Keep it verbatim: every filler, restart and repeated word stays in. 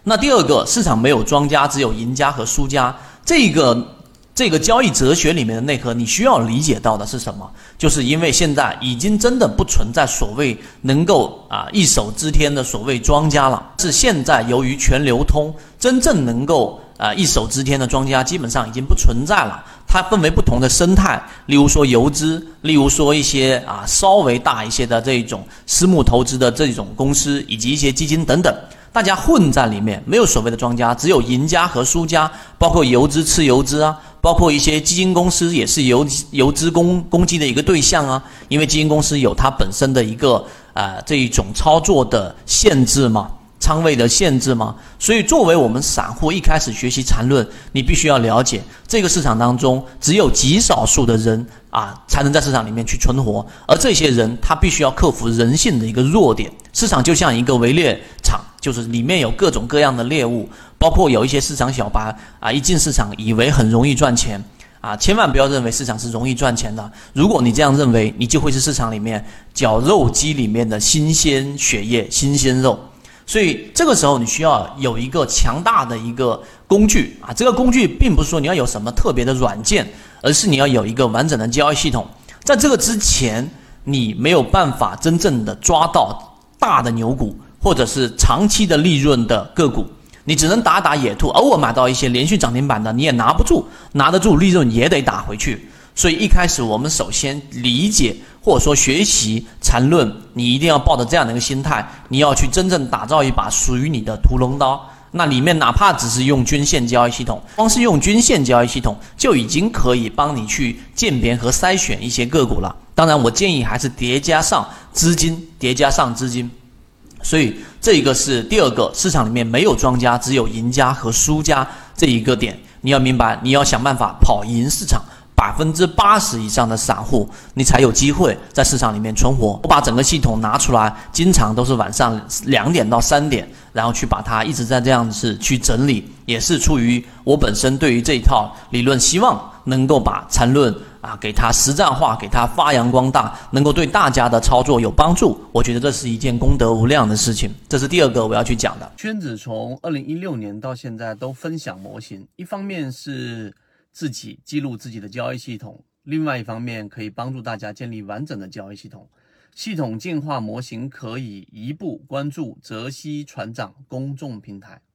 那第二个，市场没有庄家，只有赢家和输家。这个这个交易哲学里面的内核，你需要理解到的是什么？就是因为现在已经真的不存在所谓能够啊一手遮天的所谓庄家了，是现在由于全流通，真正能够啊一手遮天的庄家基本上已经不存在了。它分为不同的生态，例如说游资，例如说一些啊稍微大一些的这种私募投资的这种公司，以及一些基金等等。大家混在里面，没有所谓的庄家，只有赢家和输家，包括游资吃游资啊，包括一些基金公司也是游游资攻攻击的一个对象啊，因为基金公司有它本身的一个呃这一种操作的限制嘛，仓位的限制嘛，所以作为我们散户一开始学习缠论，你必须要了解这个市场当中只有极少数的人啊才能在市场里面去存活，而这些人他必须要克服人性的一个弱点。市场就像一个围猎场，就是里面有各种各样的猎物，包括有一些市场小白啊，一进市场以为很容易赚钱啊，千万不要认为市场是容易赚钱的。如果你这样认为，你就会是市场里面绞肉机里面的新鲜血液、新鲜肉。所以这个时候你需要有一个强大的一个工具啊，这个工具并不是说你要有什么特别的软件，而是你要有一个完整的交易系统。在这个之前，你没有办法真正的抓到大的牛股或者是长期的利润的个股，你只能打打野兔，偶尔买到一些连续涨停板的，你也拿不住，拿得住利润也得打回去。所以一开始我们首先理解或者说学习缠论，你一定要抱着这样的一个心态，你要去真正打造一把属于你的屠龙刀。那里面哪怕只是用均线交易系统，光是用均线交易系统就已经可以帮你去鉴别和筛选一些个股了。当然我建议还是叠加上资金，叠加上资金。所以这一个是第二个，市场里面没有庄家，只有赢家和输家这一个点，你要明白，你要想办法跑赢市场百分之八十以上的散户，你才有机会在市场里面存活。我把整个系统拿出来，经常都是晚上两点到三点，然后去把它一直在这样子去整理，也是出于我本身对于这一套理论，希望能够把缠论啊给它实战化，给它发扬光大，能够对大家的操作有帮助。我觉得这是一件功德无量的事情。这是第二个我要去讲的。 圈子从二零一六年到现在都分享模型，一方面是自己记录自己的交易系统，另外一方面可以帮助大家建立完整的交易系统。系统进化模型可以移步关注泽西船长公众平台。